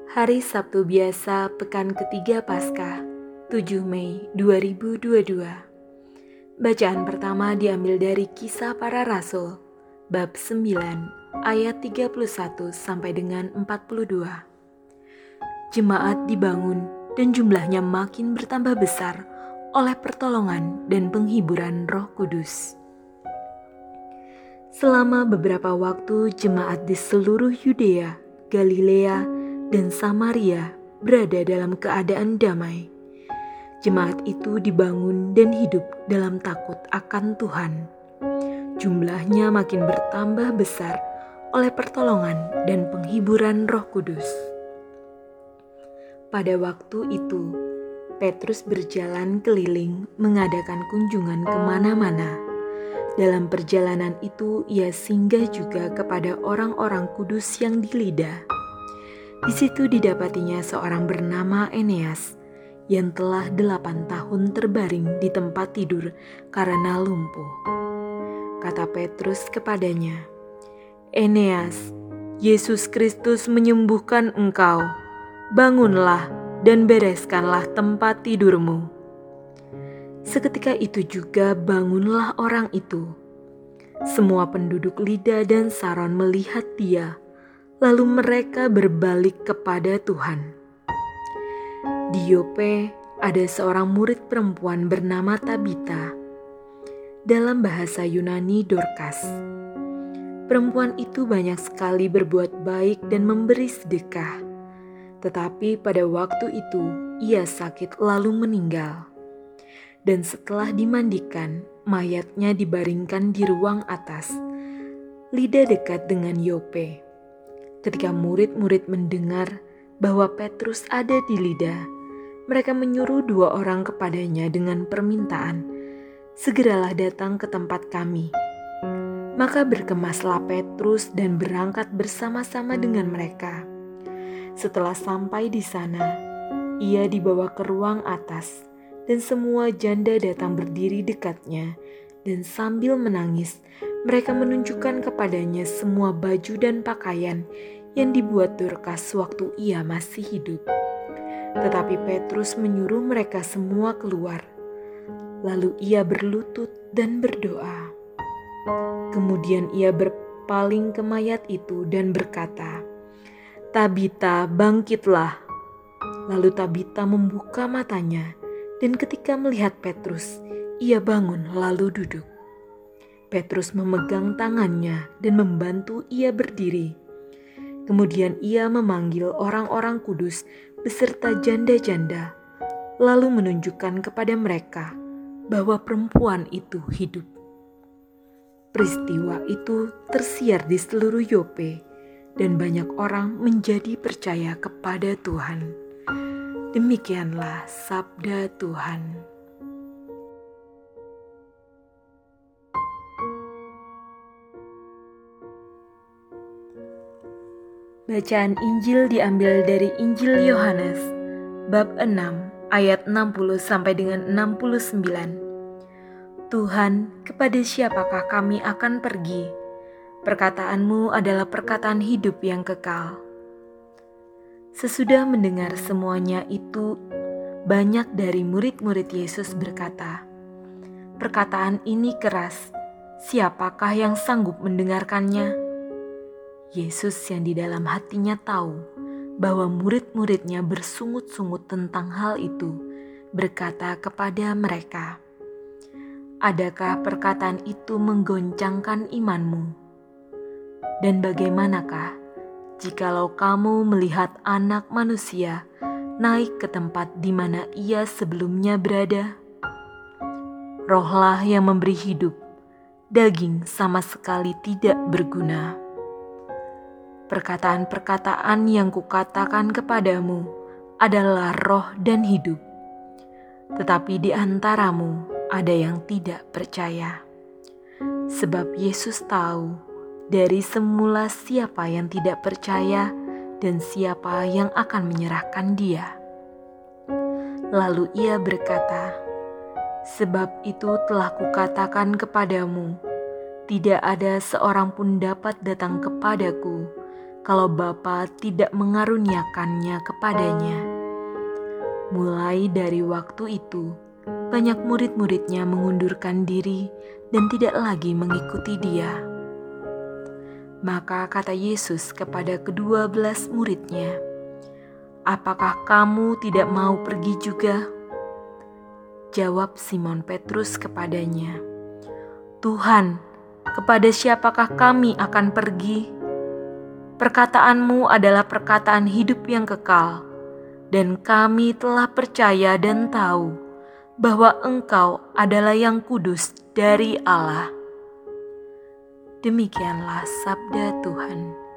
Hari Sabtu biasa pekan ketiga Paskah, 7 Mei 2022. Bacaan pertama diambil dari Kisah Para Rasul, bab 9, ayat 31 sampai dengan 42. Jemaat dibangun dan jumlahnya makin bertambah besar oleh pertolongan dan penghiburan Roh Kudus. Selama beberapa waktu, jemaat di seluruh Yudea, Galilea, dan Samaria berada dalam keadaan damai. Jemaat itu dibangun dan hidup dalam takut akan Tuhan. Jumlahnya makin bertambah besar oleh pertolongan dan penghiburan Roh Kudus. Pada waktu itu, Petrus berjalan keliling mengadakan kunjungan kemana-mana. Dalam perjalanan itu, ia singgah juga kepada orang-orang kudus yang di Lida. Di situ didapatinya seorang bernama Eneas yang telah 8 tahun terbaring di tempat tidur karena lumpuh. Kata Petrus kepadanya, "Eneas, Yesus Kristus menyembuhkan engkau. Bangunlah dan bereskanlah tempat tidurmu." Seketika itu juga bangunlah orang itu. Semua penduduk Lida dan Saron melihat dia, lalu mereka berbalik kepada Tuhan. Di Yope ada seorang murid perempuan bernama Tabita. Dalam bahasa Yunani Dorkas. Perempuan itu banyak sekali berbuat baik dan memberi sedekah. Tetapi pada waktu itu ia sakit lalu meninggal. Dan setelah dimandikan, mayatnya dibaringkan di ruang atas. Lida dekat dengan Yope. Ketika murid-murid mendengar bahwa Petrus ada di Lida, mereka menyuruh 2 orang kepadanya dengan permintaan, "Segeralah datang ke tempat kami." Maka berkemaslah Petrus dan berangkat bersama-sama dengan mereka. Setelah sampai di sana, ia dibawa ke ruang atas, dan semua janda datang berdiri dekatnya, dan sambil menangis, mereka menunjukkan kepadanya semua baju dan pakaian yang dibuat Dorkas waktu ia masih hidup. Tetapi Petrus menyuruh mereka semua keluar. Lalu ia berlutut dan berdoa. Kemudian ia berpaling ke mayat itu dan berkata, "Tabita, bangkitlah." Lalu Tabita membuka matanya, dan ketika melihat Petrus, ia bangun lalu duduk. Petrus memegang tangannya dan membantu ia berdiri. Kemudian ia memanggil orang-orang kudus beserta janda-janda, lalu menunjukkan kepada mereka bahwa perempuan itu hidup. Peristiwa itu tersiar di seluruh Yope, dan banyak orang menjadi percaya kepada Tuhan. Demikianlah sabda Tuhan. Bacaan Injil diambil dari Injil Yohanes, bab 6, ayat 60 sampai dengan 69. "Tuhan, kepada siapakah kami akan pergi? Perkataanmu adalah perkataan hidup yang kekal." Sesudah mendengar semuanya itu, banyak dari murid-murid Yesus berkata, "Perkataan ini keras, siapakah yang sanggup mendengarkannya?" Yesus yang di dalam hatinya tahu bahwa murid-muridnya bersungut-sungut tentang hal itu, berkata kepada mereka, "Adakah perkataan itu menggoncangkan imanmu? Dan bagaimanakah jikalau kamu melihat Anak Manusia naik ke tempat di mana ia sebelumnya berada? Rohlah yang memberi hidup, daging sama sekali tidak berguna. Perkataan-perkataan yang kukatakan kepadamu adalah roh dan hidup. Tetapi di antaramu ada yang tidak percaya." Sebab Yesus tahu dari semula siapa yang tidak percaya dan siapa yang akan menyerahkan dia. Lalu ia berkata, "Sebab itu telah kukatakan kepadamu, tidak ada seorang pun dapat datang kepadaku kalau Bapa tidak mengaruniakannya kepadanya. Mulai dari waktu itu, banyak murid-muridnya mengundurkan diri dan tidak lagi mengikuti Dia. Maka kata Yesus kepada ke-12 muridnya, "Apakah kamu tidak mau pergi juga?" Jawab Simon Petrus kepadanya, "Tuhan, kepada siapakah kami akan pergi? Perkataanmu adalah perkataan hidup yang kekal, dan kami telah percaya dan tahu bahwa Engkau adalah yang kudus dari Allah." Demikianlah sabda Tuhan.